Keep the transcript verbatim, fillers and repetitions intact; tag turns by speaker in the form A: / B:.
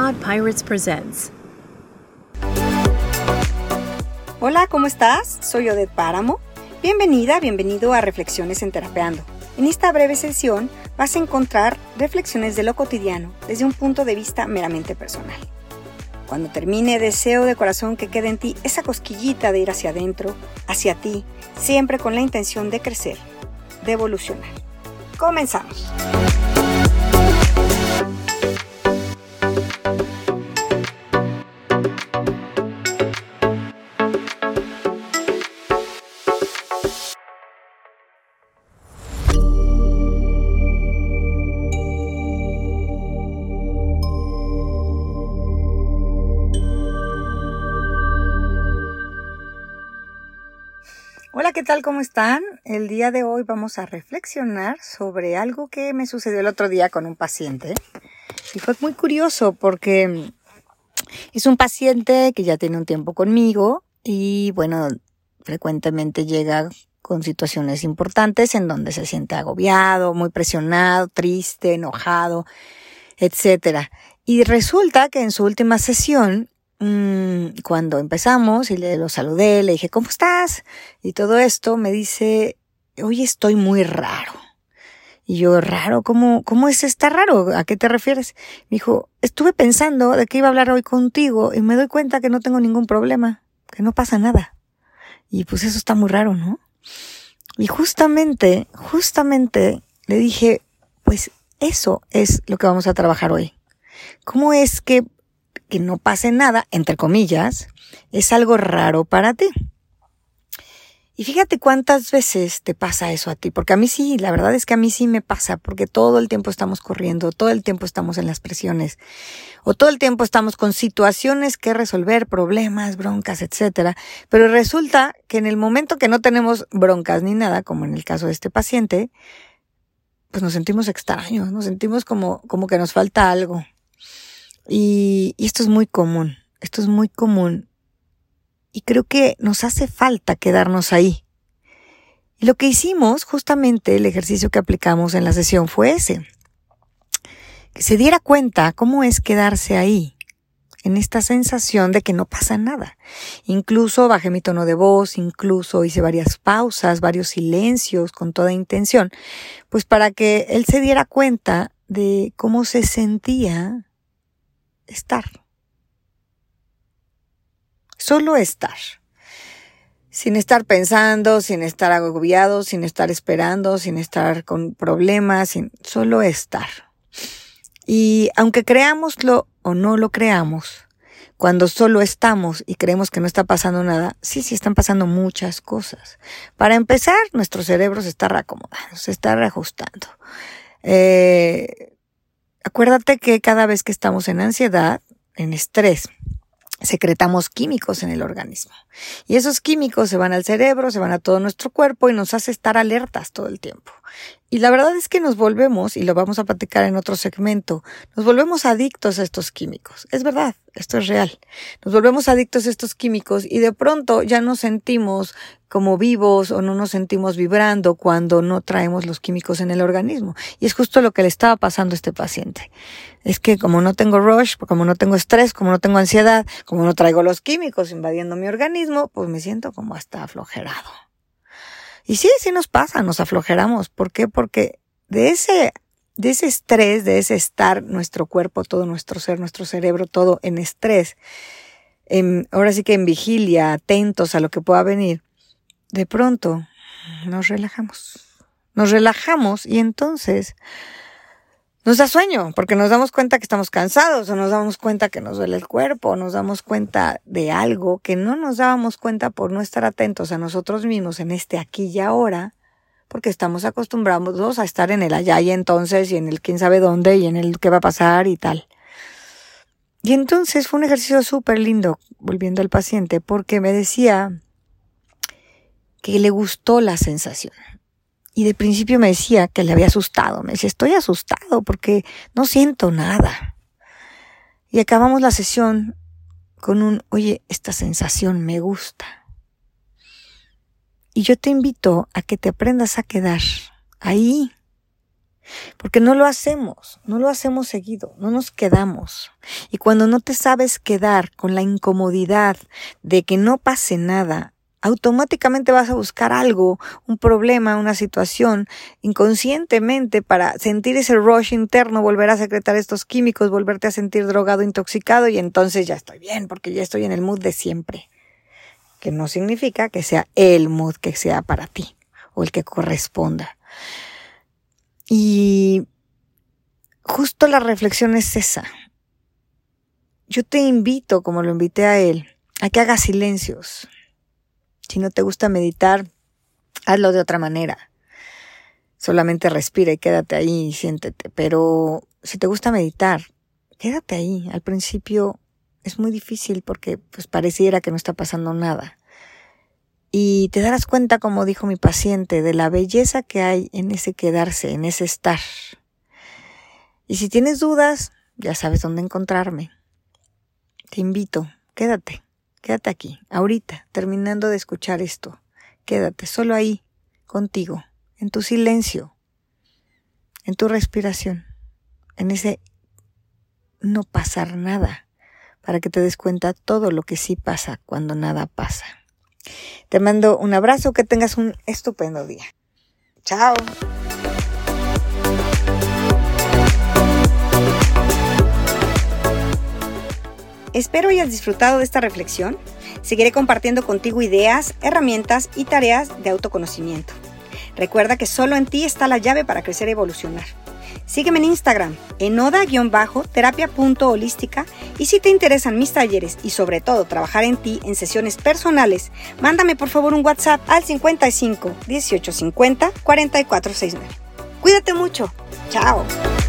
A: Pod Pirates presents.
B: Hola, ¿cómo estás? Soy Odette Páramo. Bienvenida, bienvenido a Reflexiones en Terapeando. En esta breve sesión vas a encontrar reflexiones de lo cotidiano desde un punto de vista meramente personal. Cuando termine, deseo de corazón que quede en ti esa cosquillita de ir hacia adentro, hacia ti, siempre con la intención de crecer, de evolucionar. Comenzamos. Hola, ¿qué tal? ¿Cómo están? El día de hoy vamos a reflexionar sobre algo que me sucedió el otro día con un paciente. Y fue muy curioso porque es un paciente que ya tiene un tiempo conmigo y, bueno, frecuentemente llega con situaciones importantes en donde se siente agobiado, muy presionado, triste, enojado, etcétera. Y resulta que en su última sesión, cuando empezamos y le lo saludé, le dije, ¿cómo estás? Y todo esto me dice, hoy estoy muy raro. Y yo, ¿raro? ¿Cómo, cómo es estar raro? ¿A qué te refieres? Me dijo, estuve pensando de que iba a hablar hoy contigo y me doy cuenta que no tengo ningún problema, que no pasa nada. Y pues eso está muy raro, ¿no? Y justamente, justamente le dije, pues eso es lo que vamos a trabajar hoy. ¿Cómo es que que no pase nada, entre comillas, es algo raro para ti? Y fíjate cuántas veces te pasa eso a ti, porque a mí sí, la verdad es que a mí sí me pasa, porque todo el tiempo estamos corriendo, todo el tiempo estamos en las presiones, o todo el tiempo estamos con situaciones que resolver, problemas, broncas, etcétera. Pero resulta que en el momento que no tenemos broncas ni nada, como en el caso de este paciente, pues nos sentimos extraños, nos sentimos como, como que nos falta algo. Y, y esto es muy común, esto es muy común. Y creo que nos hace falta quedarnos ahí. Y lo que hicimos, justamente el ejercicio que aplicamos en la sesión fue ese. Que se diera cuenta cómo es quedarse ahí, en esta sensación de que no pasa nada. Incluso bajé mi tono de voz, incluso hice varias pausas, varios silencios con toda intención, pues para que él se diera cuenta de cómo se sentía estar. Solo estar. Sin estar pensando, sin estar agobiado, sin estar esperando, sin estar con problemas, sin, solo estar. Y aunque creámoslo o no lo creamos, cuando solo estamos y creemos que no está pasando nada, sí, sí están pasando muchas cosas. Para empezar, nuestro cerebro se está reacomodando, se está reajustando. Eh... Acuérdate que cada vez que estamos en ansiedad, en estrés, secretamos químicos en el organismo. Y esos químicos se van al cerebro, se van a todo nuestro cuerpo y nos hace estar alertas todo el tiempo. Y la verdad es que nos volvemos, y lo vamos a platicar en otro segmento, nos volvemos adictos a estos químicos. Es verdad, esto es real. Nos volvemos adictos a estos químicos y de pronto ya nos sentimos como vivos o no nos sentimos vibrando cuando no traemos los químicos en el organismo. Y es justo lo que le estaba pasando a este paciente. Es que como no tengo rush, como no tengo estrés, como no tengo ansiedad, como no traigo los químicos invadiendo mi organismo, pues me siento como hasta aflojerado. Y sí, sí nos pasa, nos aflojeramos. ¿Por qué? Porque de ese, de ese estrés, de ese estar, nuestro cuerpo, todo nuestro ser, nuestro cerebro, todo en estrés, en, ahora sí que en vigilia, atentos a lo que pueda venir, de pronto nos relajamos. Nos relajamos y entonces nos da sueño, porque nos damos cuenta que estamos cansados, o nos damos cuenta que nos duele el cuerpo, o nos damos cuenta de algo que no nos dábamos cuenta por no estar atentos a nosotros mismos en este aquí y ahora, porque estamos acostumbrados a estar en el allá y entonces, y en el quién sabe dónde, y en el qué va a pasar y tal. Y entonces fue un ejercicio súper lindo, volviendo al paciente, porque me decía que le gustó la sensación. Y de principio me decía que le había asustado. Me decía, estoy asustado porque no siento nada. Y acabamos la sesión con un, oye, esta sensación me gusta. Y yo te invito a que te aprendas a quedar ahí, Porque no lo hacemos, no lo hacemos seguido, no nos quedamos. Y cuando no te sabes quedar con la incomodidad de que no pase nada, automáticamente vas a buscar algo, un problema, una situación, inconscientemente para sentir ese rush interno, volver a secretar estos químicos, volverte a sentir drogado, intoxicado y entonces ya estoy bien porque ya estoy en el mood de siempre. Que no significa que sea el mood que sea para ti o el que corresponda. Y justo la reflexión es esa. Yo te invito, como lo invité a él, a que hagas silencios. Si no te gusta meditar, hazlo de otra manera. Solamente respira y quédate ahí y siéntete. Pero si te gusta meditar, quédate ahí. Al principio es muy difícil porque pues pareciera que no está pasando nada. Y te darás cuenta, como dijo mi paciente, de la belleza que hay en ese quedarse, en ese estar. Y si tienes dudas, ya sabes dónde encontrarme. Te invito, quédate, quédate aquí, ahorita, terminando de escuchar esto. Quédate solo ahí, contigo, en tu silencio, en tu respiración, en ese no pasar nada, para que te des cuenta todo lo que sí pasa cuando nada pasa. Te mando un abrazo, que tengas un estupendo día. Chao.
A: Espero hayas disfrutado de esta reflexión. Seguiré compartiendo contigo ideas, herramientas y tareas de autoconocimiento. Recuerda que solo en ti está la llave para crecer y evolucionar. Sígueme en Instagram, en oda-terapia punto holística, y si te interesan mis talleres y sobre todo trabajar en ti en sesiones personales, mándame por favor un WhatsApp al cincuenta y cinco, dieciocho cincuenta, cuarenta y cuatro sesenta y nueve. Cuídate mucho. Chao.